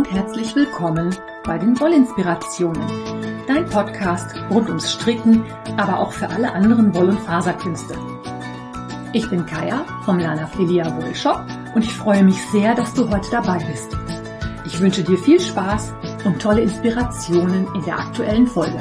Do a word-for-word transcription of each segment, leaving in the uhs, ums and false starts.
und herzlich willkommen bei den Wollinspirationen, dein Podcast rund ums Stricken, aber auch für alle anderen Woll- und Faserkünste. Ich bin Kaya vom Lana Filia Wollshop und ich freue mich sehr, dass du heute dabei bist. Ich wünsche dir viel Spaß und tolle Inspirationen in der aktuellen Folge.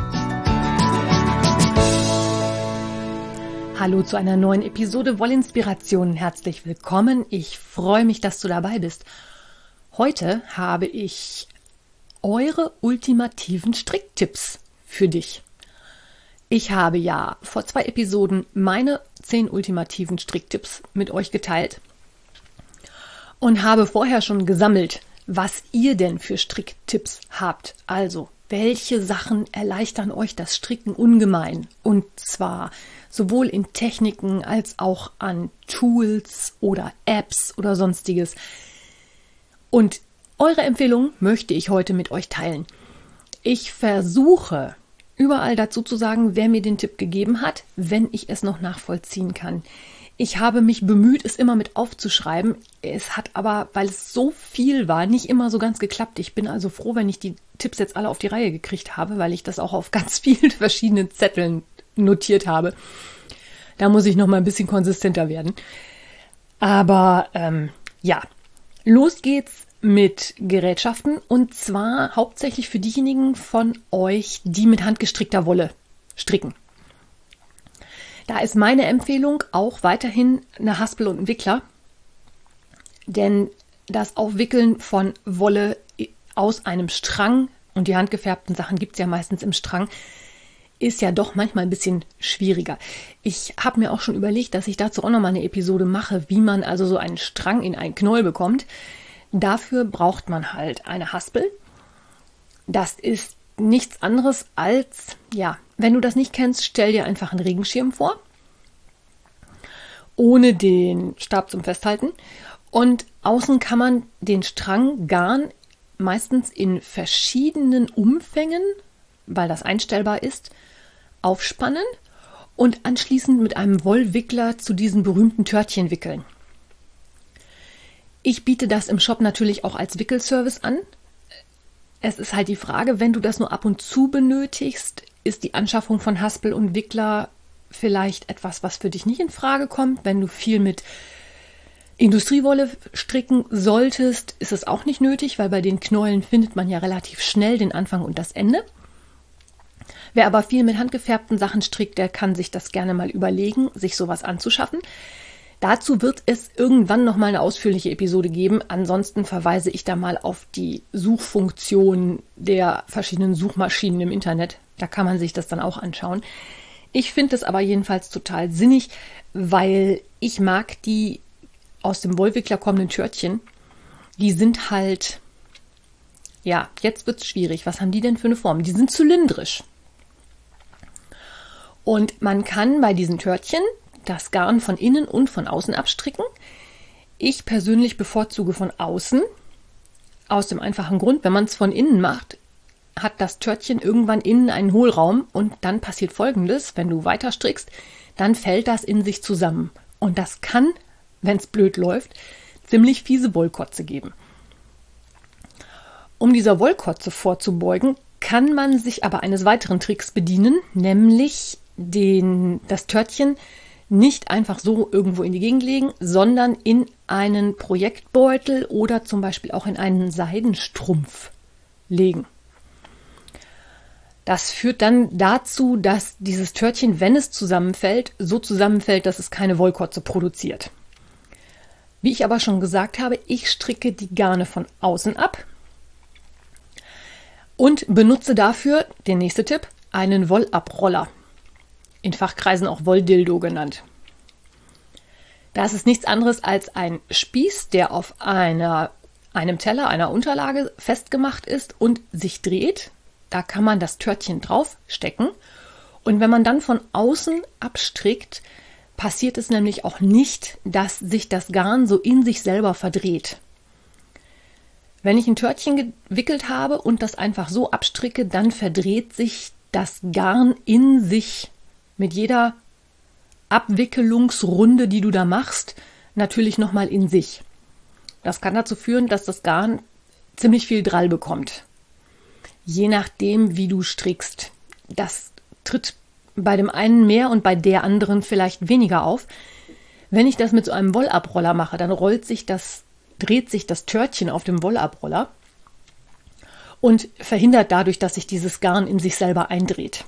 Hallo zu einer neuen Episode Wollinspirationen. Herzlich willkommen. Ich freue mich, dass du dabei bist. Heute habe ich eure ultimativen Stricktipps für dich. Ich habe ja vor zwei Episoden meine zehn ultimativen Stricktipps mit euch geteilt und habe vorher schon gesammelt, was ihr denn für Stricktipps habt. Also, welche Sachen erleichtern euch das Stricken ungemein? Und zwar sowohl in Techniken als auch an Tools oder Apps oder sonstiges. Und eure Empfehlung möchte ich heute mit euch teilen. Ich versuche überall dazu zu sagen, wer mir den Tipp gegeben hat, wenn ich es noch nachvollziehen kann. Ich habe mich bemüht, es immer mit aufzuschreiben. Es hat aber, weil es so viel war, nicht immer so ganz geklappt. Ich bin also froh, wenn ich die Tipps jetzt alle auf die Reihe gekriegt habe, weil ich das auch auf ganz vielen verschiedenen Zetteln notiert habe. Da muss ich noch mal ein bisschen konsistenter werden. Aber ähm, ja, los geht's mit Gerätschaften und zwar hauptsächlich für diejenigen von euch, die mit handgestrickter Wolle stricken. Da ist meine Empfehlung auch weiterhin eine Haspel und ein Wickler, denn das Aufwickeln von Wolle aus einem Strang, und die handgefärbten Sachen gibt es ja meistens im Strang, ist ja doch manchmal ein bisschen schwieriger. Ich habe mir auch schon überlegt, dass ich dazu auch nochmal eine Episode mache, wie man also so einen Strang in einen Knoll bekommt. Dafür braucht man halt eine Haspel. Das ist nichts anderes als, ja, wenn du das nicht kennst, stell dir einfach einen Regenschirm vor, ohne den Stab zum Festhalten. Und außen kann man den Strang Garn meistens in verschiedenen Umfängen, weil das einstellbar ist, aufspannen und anschließend mit einem Wollwickler zu diesen berühmten Törtchen wickeln. Ich biete das im Shop natürlich auch als Wickelservice an. Es ist halt die Frage, wenn du das nur ab und zu benötigst, ist die Anschaffung von Haspel und Wickler vielleicht etwas, was für dich nicht in Frage kommt. Wenn du viel mit Industriewolle stricken solltest, ist es auch nicht nötig, weil bei den Knäulen findet man ja relativ schnell den Anfang und das Ende. Wer aber viel mit handgefärbten Sachen strickt, der kann sich das gerne mal überlegen, sich sowas anzuschaffen. Dazu wird es irgendwann noch mal eine ausführliche Episode geben. Ansonsten verweise ich da mal auf die Suchfunktion der verschiedenen Suchmaschinen im Internet. Da kann man sich das dann auch anschauen. Ich finde es aber jedenfalls total sinnig, weil ich mag die aus dem Wollwickler kommenden Törtchen. Die sind halt, ja, jetzt wird es schwierig. Was haben die denn für eine Form? Die sind zylindrisch. Und man kann bei diesen Törtchen das Garn von innen und von außen abstricken. Ich persönlich bevorzuge von außen, aus dem einfachen Grund, wenn man es von innen macht, hat das Törtchen irgendwann innen einen Hohlraum und dann passiert Folgendes: Wenn du weiter strickst, dann fällt das in sich zusammen. Und das kann, wenn es blöd läuft, ziemlich fiese Wollkotze geben. Um dieser Wollkotze vorzubeugen, kann man sich aber eines weiteren Tricks bedienen, nämlich den, das Törtchen nicht einfach so irgendwo in die Gegend legen, sondern in einen Projektbeutel oder zum Beispiel auch in einen Seidenstrumpf legen. Das führt dann dazu, dass dieses Törtchen, wenn es zusammenfällt, so zusammenfällt, dass es keine Wollkotze produziert. Wie ich aber schon gesagt habe, ich stricke die Garne von außen ab und benutze dafür, der nächste Tipp, einen Wollabroller. In Fachkreisen auch Wolldildo genannt. Das ist nichts anderes als ein Spieß, der auf einer, einem Teller, einer Unterlage festgemacht ist und sich dreht. Da kann man das Törtchen drauf stecken. Und wenn man dann von außen abstrickt, passiert es nämlich auch nicht, dass sich das Garn so in sich selber verdreht. Wenn ich ein Törtchen gewickelt habe und das einfach so abstricke, dann verdreht sich das Garn in sich mit jeder Abwickelungsrunde, die du da machst, natürlich nochmal in sich. Das kann dazu führen, dass das Garn ziemlich viel Drall bekommt. Je nachdem, wie du strickst. Das tritt bei dem einen mehr und bei der anderen vielleicht weniger auf. Wenn ich das mit so einem Wollabroller mache, dann rollt sich das, dreht sich das Törtchen auf dem Wollabroller und verhindert dadurch, dass sich dieses Garn in sich selber eindreht.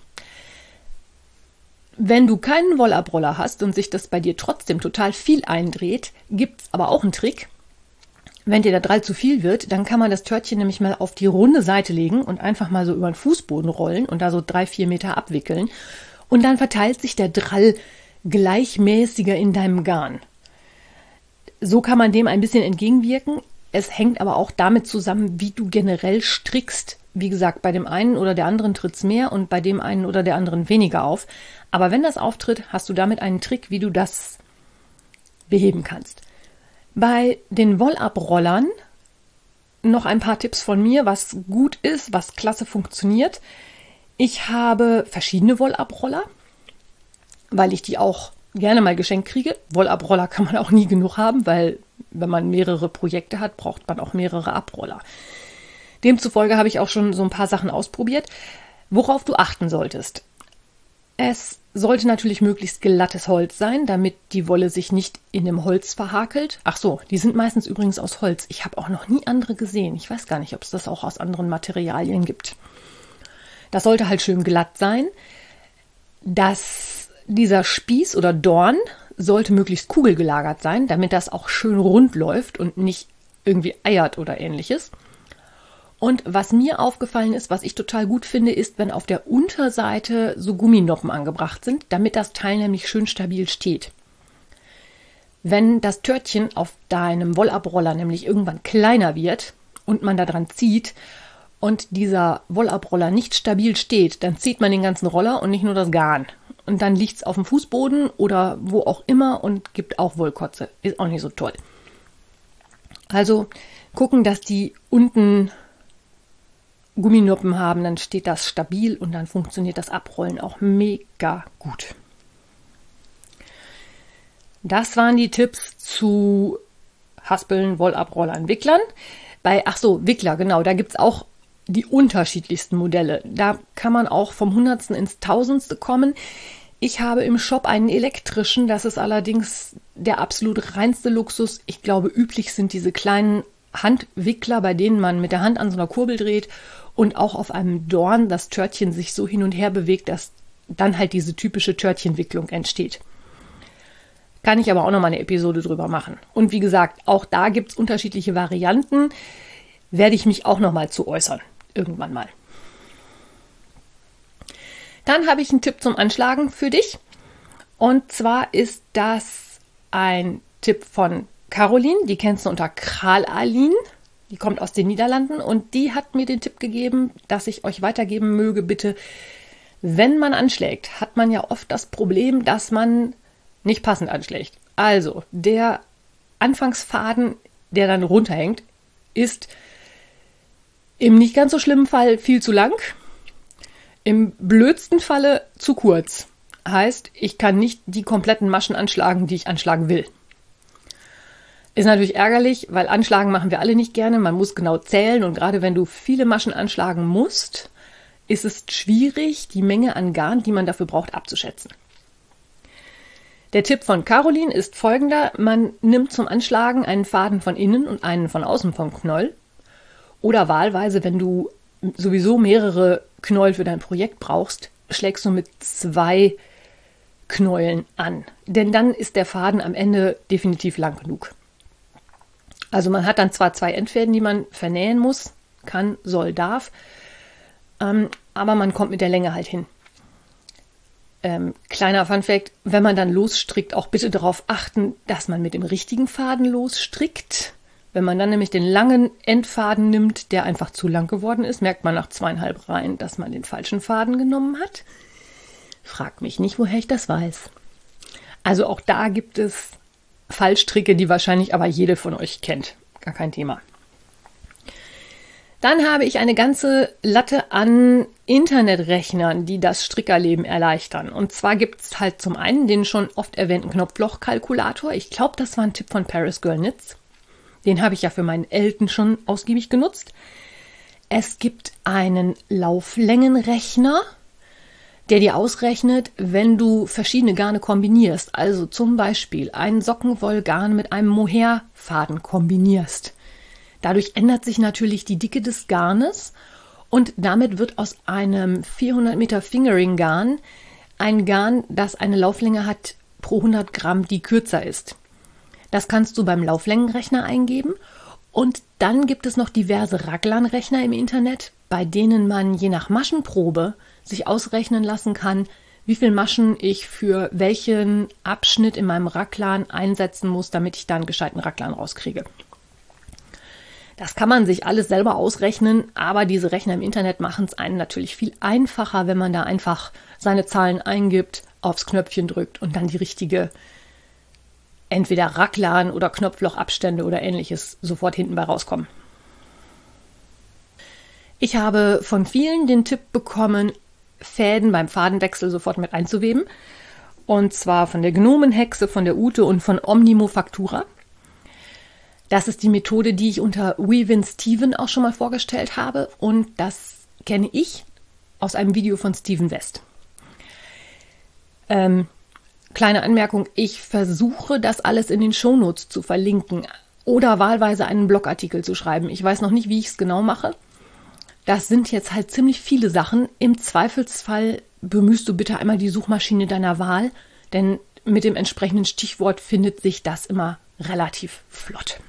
Wenn du keinen Wollabroller hast und sich das bei dir trotzdem total viel eindreht, gibt es aber auch einen Trick. Wenn dir der Drall zu viel wird, dann kann man das Törtchen nämlich mal auf die runde Seite legen und einfach mal so über den Fußboden rollen und da so drei, vier Meter abwickeln. Und dann verteilt sich der Drall gleichmäßiger in deinem Garn. So kann man dem ein bisschen entgegenwirken. Es hängt aber auch damit zusammen, wie du generell strickst. Wie gesagt, bei dem einen oder der anderen tritt es mehr und bei dem einen oder der anderen weniger auf. Aber wenn das auftritt, hast du damit einen Trick, wie du das beheben kannst. Bei den Wollabrollern noch ein paar Tipps von mir, was gut ist, was klasse funktioniert. Ich habe verschiedene Wollabroller, weil ich die auch gerne mal geschenkt kriege. Wollabroller kann man auch nie genug haben, weil wenn man mehrere Projekte hat, braucht man auch mehrere Abroller. Demzufolge habe ich auch schon so ein paar Sachen ausprobiert. Worauf du achten solltest. Es sollte natürlich möglichst glattes Holz sein, damit die Wolle sich nicht in dem Holz verhakelt. Ach so, die sind meistens übrigens aus Holz. Ich habe auch noch nie andere gesehen. Ich weiß gar nicht, ob es das auch aus anderen Materialien gibt. Das sollte halt schön glatt sein. Das, dieser Spieß oder Dorn sollte möglichst kugelgelagert sein, damit das auch schön rund läuft und nicht irgendwie eiert oder ähnliches. Und was mir aufgefallen ist, was ich total gut finde, ist, wenn auf der Unterseite so Gumminoppen angebracht sind, damit das Teil nämlich schön stabil steht. Wenn das Törtchen auf deinem Wollabroller nämlich irgendwann kleiner wird und man da dran zieht und dieser Wollabroller nicht stabil steht, dann zieht man den ganzen Roller und nicht nur das Garn. Und dann liegt es auf dem Fußboden oder wo auch immer und gibt auch Wollkotze. Ist auch nicht so toll. Also gucken, dass die unten Gumminoppen haben, dann steht das stabil und dann funktioniert das Abrollen auch mega gut. Das waren die Tipps zu Haspeln, Wollabrollern, Wicklern. Bei, ach so, Wickler, genau, da gibt es auch die unterschiedlichsten Modelle. Da kann man auch vom Hundertsten ins Tausendste kommen. Ich habe im Shop einen elektrischen, das ist allerdings der absolut reinste Luxus. Ich glaube, üblich sind diese kleinen Handwickler, bei denen man mit der Hand an so einer Kurbel dreht und auch auf einem Dorn das Törtchen sich so hin und her bewegt, dass dann halt diese typische Törtchenwicklung entsteht. Kann ich aber auch noch mal eine Episode drüber machen. Und wie gesagt, auch da gibt es unterschiedliche Varianten. Werde ich mich auch noch mal zu äußern. Irgendwann mal. Dann habe ich einen Tipp zum Anschlagen für dich. Und zwar ist das ein Tipp von Caroline. Die kennst du unter Kralalin. Die kommt aus den Niederlanden und die hat mir den Tipp gegeben, dass ich euch weitergeben möge, bitte. Wenn man anschlägt, hat man ja oft das Problem, dass man nicht passend anschlägt. Also, der Anfangsfaden, der dann runterhängt, ist im nicht ganz so schlimmen Fall viel zu lang, im blödsten Falle zu kurz. Heißt, ich kann nicht die kompletten Maschen anschlagen, die ich anschlagen will. Ist natürlich ärgerlich, weil anschlagen machen wir alle nicht gerne. Man muss genau zählen und gerade wenn du viele Maschen anschlagen musst, ist es schwierig, die Menge an Garn, die man dafür braucht, abzuschätzen. Der Tipp von Caroline ist folgender. Man nimmt zum Anschlagen einen Faden von innen und einen von außen vom Knäuel. Oder wahlweise, wenn du sowieso mehrere Knäuel für dein Projekt brauchst, schlägst du mit zwei Knäueln an. Denn dann ist der Faden am Ende definitiv lang genug. Also man hat dann zwar zwei Endfäden, die man vernähen muss, kann, soll, darf, ähm, aber man kommt mit der Länge halt hin. Ähm, kleiner Funfact, wenn man dann losstrickt, auch bitte darauf achten, dass man mit dem richtigen Faden losstrickt. Wenn man dann nämlich den langen Endfaden nimmt, der einfach zu lang geworden ist, merkt man nach zweieinhalb Reihen, dass man den falschen Faden genommen hat. Fragt mich nicht, woher ich das weiß. Also auch da gibt es Fallstricke, die wahrscheinlich aber jede von euch kennt. Gar kein Thema. Dann habe ich eine ganze Latte an Internetrechnern, die das Strickerleben erleichtern. Und zwar gibt es halt zum einen den schon oft erwähnten Knopflochkalkulator. Ich glaube, das war ein Tipp von Paris Girl Knits. Den habe ich ja für meinen Elton schon ausgiebig genutzt. Es gibt einen Lauflängenrechner, der dir ausrechnet, wenn du verschiedene Garne kombinierst, also zum Beispiel einen Sockenwollgarn mit einem Mohairfaden kombinierst. Dadurch ändert sich natürlich die Dicke des Garnes und damit wird aus einem vierhundert Meter Fingering-Garn ein Garn, das eine Lauflänge hat pro hundert Gramm, die kürzer ist. Das kannst du beim Lauflängenrechner eingeben und dann gibt es noch diverse Raglan-Rechner im Internet, bei denen man je nach Maschenprobe sich ausrechnen lassen kann, wie viel Maschen ich für welchen Abschnitt in meinem Raglan einsetzen muss, damit ich da einen gescheiten Raglan rauskriege. Das kann man sich alles selber ausrechnen, aber diese Rechner im Internet machen es einem natürlich viel einfacher, wenn man da einfach seine Zahlen eingibt, aufs Knöpfchen drückt und dann die richtige entweder Raglan oder Knopflochabstände oder ähnliches sofort hinten bei rauskommen. Ich habe von vielen den Tipp bekommen, Fäden beim Fadenwechsel sofort mit einzuweben. Und zwar von der Gnomenhexe, von der Ute und von Omnimo Factura. Das ist die Methode, die ich unter Weavin Steven auch schon mal vorgestellt habe. Und das kenne ich aus einem Video von Steven West. Ähm, kleine Anmerkung, ich versuche das alles in den Shownotes zu verlinken oder wahlweise einen Blogartikel zu schreiben. Ich weiß noch nicht, wie ich es genau mache. Das sind jetzt halt ziemlich viele Sachen. Im Zweifelsfall bemühst du bitte einmal die Suchmaschine deiner Wahl, denn mit dem entsprechenden Stichwort findet sich das immer relativ flott.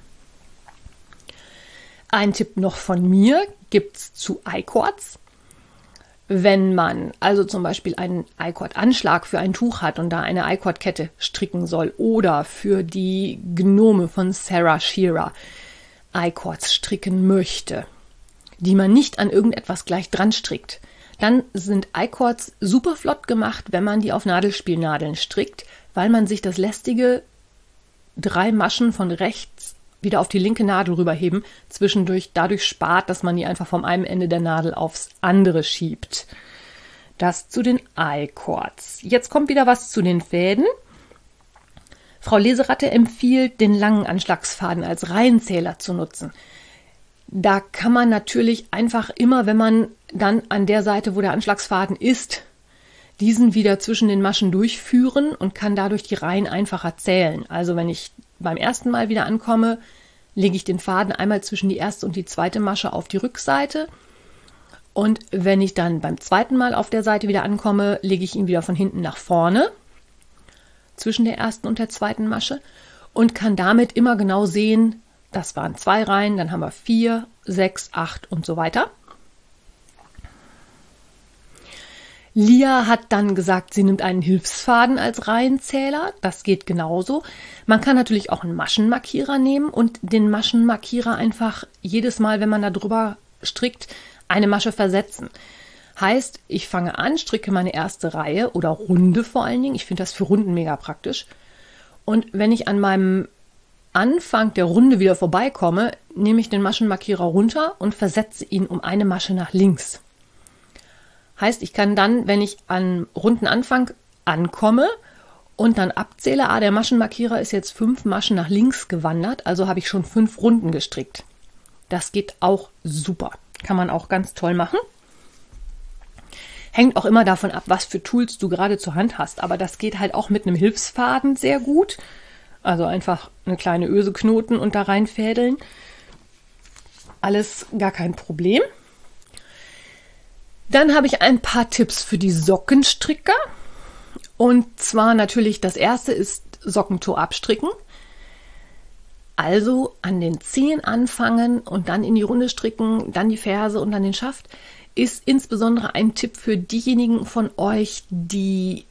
Ein Tipp noch von mir gibt's zu I-Cords. Wenn man also zum Beispiel einen I-Cord-Anschlag für ein Tuch hat und da eine I-Cord-Kette stricken soll oder für die Gnome von Sarah Shearer I-Cords stricken möchte, die man nicht an irgendetwas gleich dran strickt, dann sind I-Cords super flott gemacht, wenn man die auf Nadelspielnadeln strickt, weil man sich das lästige drei Maschen von rechts wieder auf die linke Nadel rüberheben zwischendurch dadurch spart, dass man die einfach vom einen Ende der Nadel aufs andere schiebt. Das zu den I-Cords. Jetzt kommt wieder was zu den Fäden. Frau Leseratte empfiehlt, den langen Anschlagsfaden als Reihenzähler zu nutzen. Da kann man natürlich einfach immer, wenn man dann an der Seite, wo der Anschlagsfaden ist, diesen wieder zwischen den Maschen durchführen und kann dadurch die Reihen einfacher zählen. Also wenn ich beim ersten Mal wieder ankomme, lege ich den Faden einmal zwischen die erste und die zweite Masche auf die Rückseite. Und wenn ich dann beim zweiten Mal auf der Seite wieder ankomme, lege ich ihn wieder von hinten nach vorne zwischen der ersten und der zweiten Masche und kann damit immer genau sehen, das waren zwei Reihen, dann haben wir vier, sechs, acht und so weiter. Lia hat dann gesagt, sie nimmt einen Hilfsfaden als Reihenzähler. Das geht genauso. Man kann natürlich auch einen Maschenmarkierer nehmen und den Maschenmarkierer einfach jedes Mal, wenn man da drüber strickt, eine Masche versetzen. Heißt, ich fange an, stricke meine erste Reihe oder Runde vor allen Dingen. Ich finde das für Runden mega praktisch. Und wenn ich an meinem Anfang der Runde wieder vorbeikomme, nehme ich den Maschenmarkierer runter und versetze ihn um eine Masche nach links. Heißt, ich kann dann, wenn ich an Rundenanfang ankomme und dann abzähle, ah, der Maschenmarkierer ist jetzt fünf Maschen nach links gewandert, also habe ich schon fünf Runden gestrickt. Das geht auch super. Kann man auch ganz toll machen. Hängt auch immer davon ab, was für Tools du gerade zur Hand hast. Aber das geht halt auch mit einem Hilfsfaden sehr gut. Also einfach eine kleine Öse knoten und da reinfädeln. Alles gar kein Problem. Dann habe ich ein paar Tipps für die Sockenstricker. Und zwar natürlich das erste ist Sockentoe abstricken. Also an den Zehen anfangen und dann in die Runde stricken, dann die Ferse und dann den Schaft. Ist insbesondere ein Tipp für diejenigen von euch, die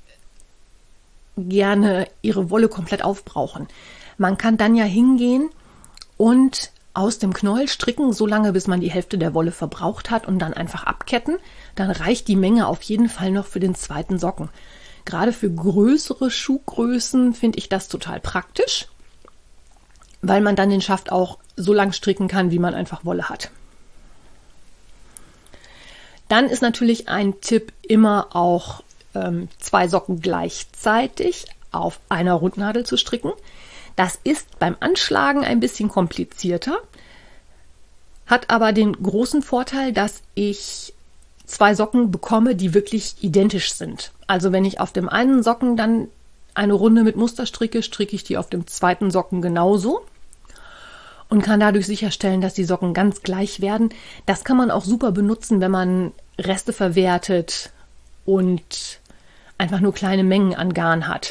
gerne ihre Wolle komplett aufbrauchen. Man kann dann ja hingehen und aus dem Knäuel stricken, so lange bis man die Hälfte der Wolle verbraucht hat und dann einfach abketten. Dann reicht die Menge auf jeden Fall noch für den zweiten Socken. Gerade für größere Schuhgrößen finde ich das total praktisch, weil man dann den Schaft auch so lang stricken kann, wie man einfach Wolle hat. Dann ist natürlich ein Tipp immer auch ähm, zwei Socken gleichzeitig auf einer Rundnadel zu stricken. Das ist beim Anschlagen ein bisschen komplizierter, hat aber den großen Vorteil, dass ich zwei Socken bekomme, die wirklich identisch sind. Also wenn ich auf dem einen Socken dann eine Runde mit Muster stricke, stricke ich die auf dem zweiten Socken genauso und kann dadurch sicherstellen, dass die Socken ganz gleich werden. Das kann man auch super benutzen, wenn man Reste verwertet und einfach nur kleine Mengen an Garn hat.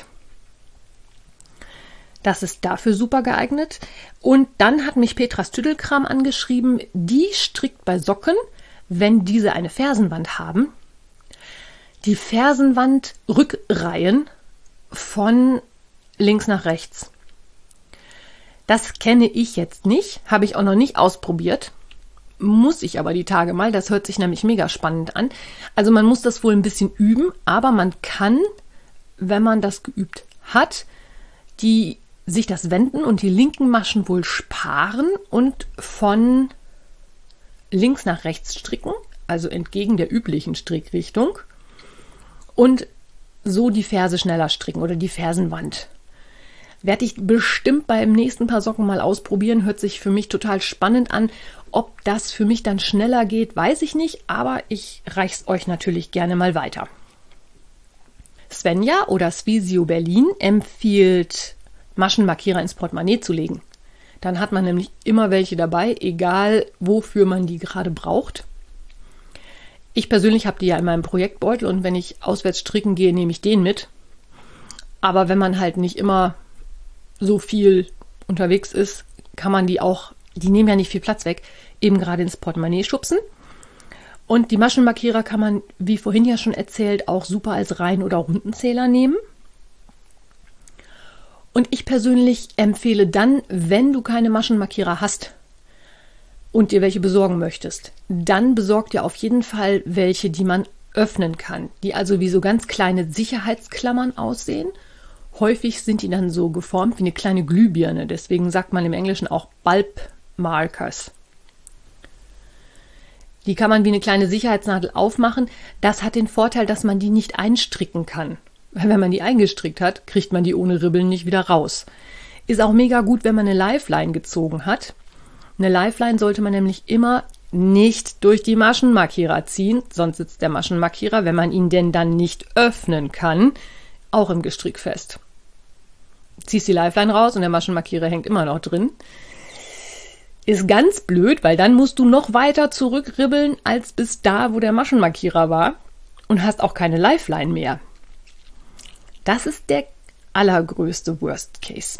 Das ist dafür super geeignet. Und dann hat mich Petra Stüdelkram angeschrieben, die strickt bei Socken, wenn diese eine Fersenwand haben, die Fersenwand Rückreihen von links nach rechts. Das kenne ich jetzt nicht, habe ich auch noch nicht ausprobiert. Muss ich aber die Tage mal, das hört sich nämlich mega spannend an. Also man muss das wohl ein bisschen üben, aber man kann, wenn man das geübt hat, die sich das Wenden und die linken Maschen wohl sparen und von links nach rechts stricken, also entgegen der üblichen Strickrichtung und so die Ferse schneller stricken oder die Fersenwand. Werde ich bestimmt beim nächsten Paar Socken mal ausprobieren, hört sich für mich total spannend an. Ob das für mich dann schneller geht, weiß ich nicht, aber ich reich's euch natürlich gerne mal weiter. Svenja oder Svisio Berlin empfiehlt, Maschenmarkierer ins Portemonnaie zu legen. Dann hat man nämlich immer welche dabei, egal wofür man die gerade braucht. Ich persönlich habe die ja in meinem Projektbeutel und wenn ich auswärts stricken gehe, nehme ich den mit. Aber wenn man halt nicht immer so viel unterwegs ist, kann man die auch, die nehmen ja nicht viel Platz weg, eben gerade ins Portemonnaie schubsen. Und die Maschenmarkierer kann man, wie vorhin ja schon erzählt, auch super als Reihen- oder Rundenzähler nehmen. Und ich persönlich empfehle dann, wenn du keine Maschenmarkierer hast und dir welche besorgen möchtest, dann besorg dir auf jeden Fall welche, die man öffnen kann, die also wie so ganz kleine Sicherheitsklammern aussehen. Häufig sind die dann so geformt wie eine kleine Glühbirne, deswegen sagt man im Englischen auch Bulb Markers. Die kann man wie eine kleine Sicherheitsnadel aufmachen. Das hat den Vorteil, dass man die nicht einstricken kann. Weil wenn man die eingestrickt hat, kriegt man die ohne Ribbeln nicht wieder raus. Ist auch mega gut, wenn man eine Lifeline gezogen hat. Eine Lifeline sollte man nämlich immer nicht durch die Maschenmarkierer ziehen, sonst sitzt der Maschenmarkierer, wenn man ihn denn dann nicht öffnen kann, auch im Gestrick fest. Ziehst die Lifeline raus und der Maschenmarkierer hängt immer noch drin. Ist ganz blöd, weil dann musst du noch weiter zurückribbeln als bis da, wo der Maschenmarkierer war und hast auch keine Lifeline mehr. Das ist der allergrößte Worst Case.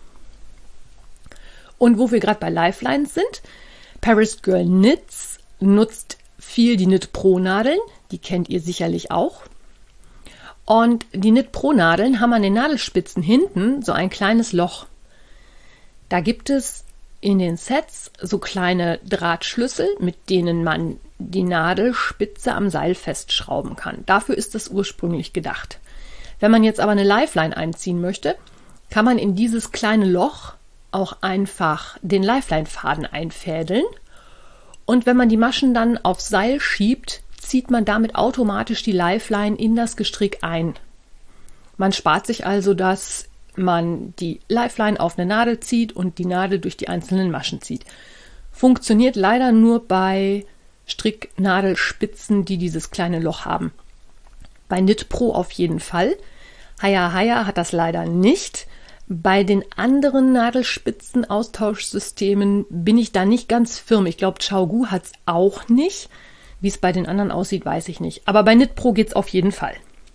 Und wo wir gerade bei Lifelines sind, Paris Girl Knits nutzt viel die Knit Pro Nadeln, die kennt ihr sicherlich auch. Und die Knit Pro Nadeln haben an den Nadelspitzen hinten so ein kleines Loch. Da gibt es in den Sets so kleine Drahtschlüssel, mit denen man die Nadelspitze am Seil festschrauben kann. Dafür ist das ursprünglich gedacht. Wenn man jetzt aber eine Lifeline einziehen möchte, kann man in dieses kleine Loch auch einfach den Lifeline-Faden einfädeln. Und wenn man die Maschen dann aufs Seil schiebt, zieht man damit automatisch die Lifeline in das Gestrick ein. Man spart sich also, dass man die Lifeline auf eine Nadel zieht und die Nadel durch die einzelnen Maschen zieht. Funktioniert leider nur bei Stricknadelspitzen, die dieses kleine Loch haben. Bei Knit Pro auf jeden Fall. Haya Haya hat das leider nicht. Bei den anderen Nadelspitzen-Austauschsystemen bin ich da nicht ganz firm. Ich glaube, Xiaogu hat es auch nicht. Wie es bei den anderen aussieht, weiß ich nicht. Aber bei Knit Pro geht es auf jeden Fall.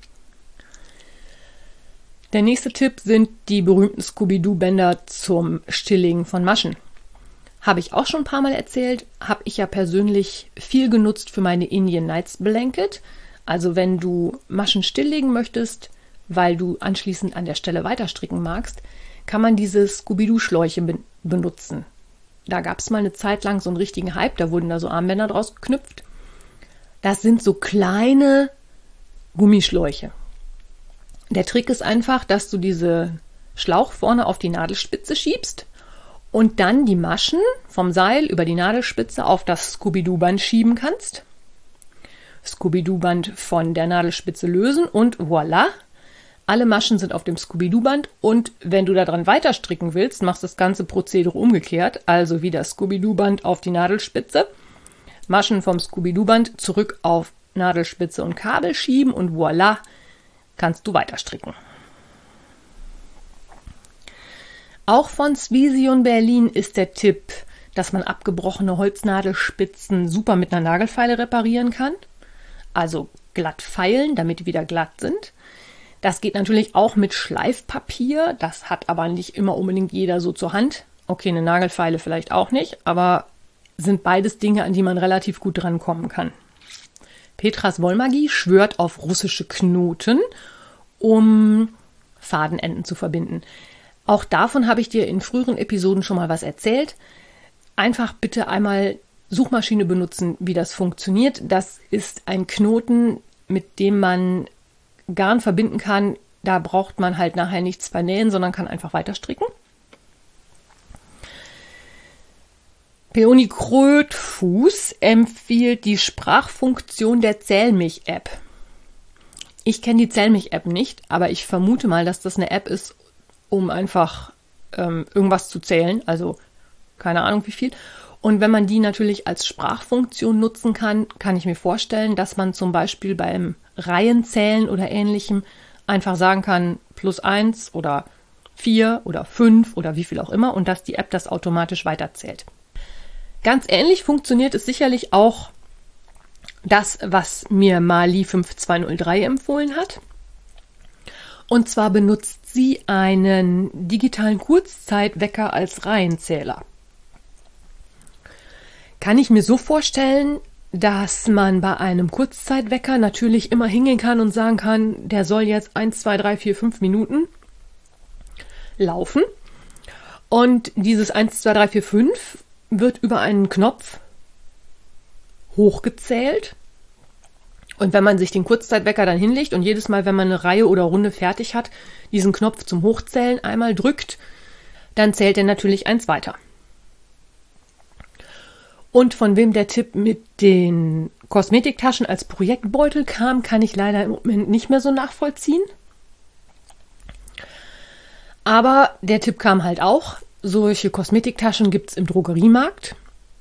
Der nächste Tipp sind die berühmten Scooby-Doo-Bänder zum Stilllegen von Maschen. Habe ich auch schon ein paar Mal erzählt. Habe ich ja persönlich viel genutzt für meine Indian Nights Blanket. Also wenn du Maschen stilllegen möchtest, weil du anschließend an der Stelle weiter stricken magst, kann man diese Scooby-Doo-Schläuche be- benutzen. Da gab es mal eine Zeit lang so einen richtigen Hype, da wurden da so Armbänder draus geknüpft. Das sind so kleine Gummischläuche. Der Trick ist einfach, dass du diese Schlauch vorne auf die Nadelspitze schiebst und dann die Maschen vom Seil über die Nadelspitze auf das Scooby-Doo-Band schieben kannst. Scooby-Doo-Band von der Nadelspitze lösen und voilà, Alle Maschen sind auf dem Scooby-Doo-Band und wenn du daran weiter stricken willst, machst du das ganze Prozedere umgekehrt, also wieder Scooby-Doo-Band auf die Nadelspitze, Maschen vom Scooby-Doo-Band zurück auf Nadelspitze und Kabel schieben und voilà, kannst du weiter stricken. Auch von Svision Berlin ist der Tipp, dass man abgebrochene Holznadelspitzen super mit einer Nagelfeile reparieren kann. Also glatt feilen, damit die wieder glatt sind. Das geht natürlich auch mit Schleifpapier. Das hat aber nicht immer unbedingt jeder so zur Hand. Okay, eine Nagelfeile vielleicht auch nicht, aber sind beides Dinge, an die man relativ gut drankommen kann. Petras Wollmagie schwört auf russische Knoten, um Fadenenden zu verbinden. Auch davon habe ich dir in früheren Episoden schon mal was erzählt. Einfach bitte einmal Suchmaschine benutzen, wie das funktioniert. Das ist ein Knoten, mit dem man Garn verbinden kann. Da braucht man halt nachher nichts vernähen, sondern kann einfach weiter stricken. Peony Krötfuß empfiehlt die Sprachfunktion der Zählmich-App. Ich kenne die Zählmich-App nicht, aber ich vermute mal, dass das eine App ist, um einfach ähm, irgendwas zu zählen, also keine Ahnung wie viel. Und wenn man die natürlich als Sprachfunktion nutzen kann, kann ich mir vorstellen, dass man zum Beispiel beim Reihenzählen oder Ähnlichem einfach sagen kann, plus eins oder vier oder fünf oder wie viel auch immer und dass die App das automatisch weiterzählt. Ganz ähnlich funktioniert es sicherlich auch das, was mir Mali fünf zwei null drei empfohlen hat. Und zwar benutzt sie einen digitalen Kurzzeitwecker als Reihenzähler. Kann ich mir so vorstellen, dass man bei einem Kurzzeitwecker natürlich immer hingehen kann und sagen kann, der soll jetzt eins, zwei, drei, vier, fünf Minuten laufen. Und dieses eins, zwei, drei, vier, fünf wird über einen Knopf hochgezählt. Und wenn man sich den Kurzzeitwecker dann hinlegt und jedes Mal, wenn man eine Reihe oder Runde fertig hat, diesen Knopf zum Hochzählen einmal drückt, dann zählt er natürlich eins weiter. Und von wem der Tipp mit den Kosmetiktaschen als Projektbeutel kam, kann ich leider im Moment nicht mehr so nachvollziehen. Aber der Tipp kam halt auch. Solche Kosmetiktaschen gibt es im Drogeriemarkt.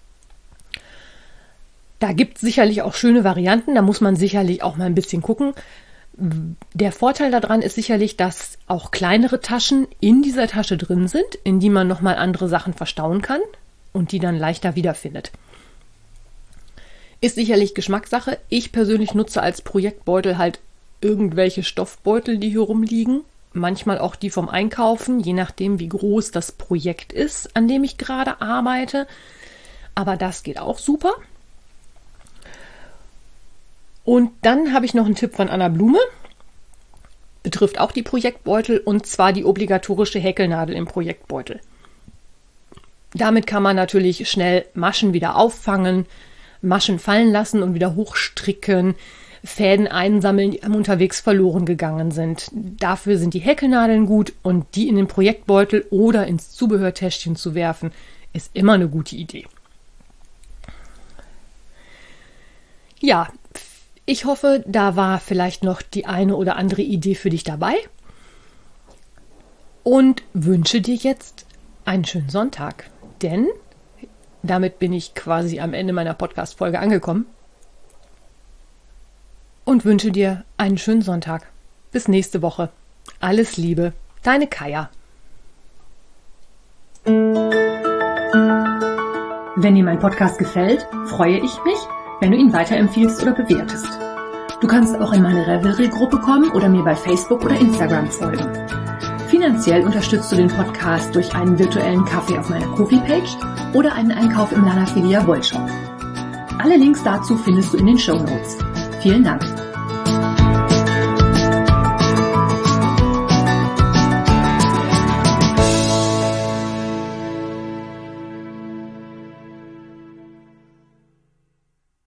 Da gibt es sicherlich auch schöne Varianten, da muss man sicherlich auch mal ein bisschen gucken. Der Vorteil daran ist sicherlich, dass auch kleinere Taschen in dieser Tasche drin sind, in die man nochmal andere Sachen verstauen kann und die dann leichter wiederfindet. Ist sicherlich Geschmackssache. Ich persönlich nutze als Projektbeutel halt irgendwelche Stoffbeutel, die hier rumliegen. Manchmal auch die vom Einkaufen, je nachdem wie groß das Projekt ist, an dem ich gerade arbeite. Aber das geht auch super. Und dann habe ich noch einen Tipp von Anna Blume. Betrifft auch die Projektbeutel und zwar die obligatorische Häkelnadel im Projektbeutel. Damit kann man natürlich schnell Maschen wieder auffangen, Maschen fallen lassen und wieder hochstricken, Fäden einsammeln, die unterwegs verloren gegangen sind. Dafür sind die Häkelnadeln gut und die in den Projektbeutel oder ins Zubehörtäschchen zu werfen, ist immer eine gute Idee. Ja, ich hoffe, da war vielleicht noch die eine oder andere Idee für dich dabei und wünsche dir jetzt einen schönen Sonntag, denn damit bin ich quasi am Ende meiner Podcast-Folge angekommen und wünsche dir einen schönen Sonntag. Bis nächste Woche. Alles Liebe, deine Kaja. Wenn dir mein Podcast gefällt, freue ich mich, wenn du ihn weiterempfiehlst oder bewertest. Du kannst auch in meine Revelry-Gruppe kommen oder mir bei Facebook oder Instagram folgen. Finanziell unterstützt du den Podcast durch einen virtuellen Kaffee auf meiner Ko-fi-Page oder einen Einkauf im Lana Filia Wollshop. Alle Links dazu findest du in den Shownotes. Vielen Dank.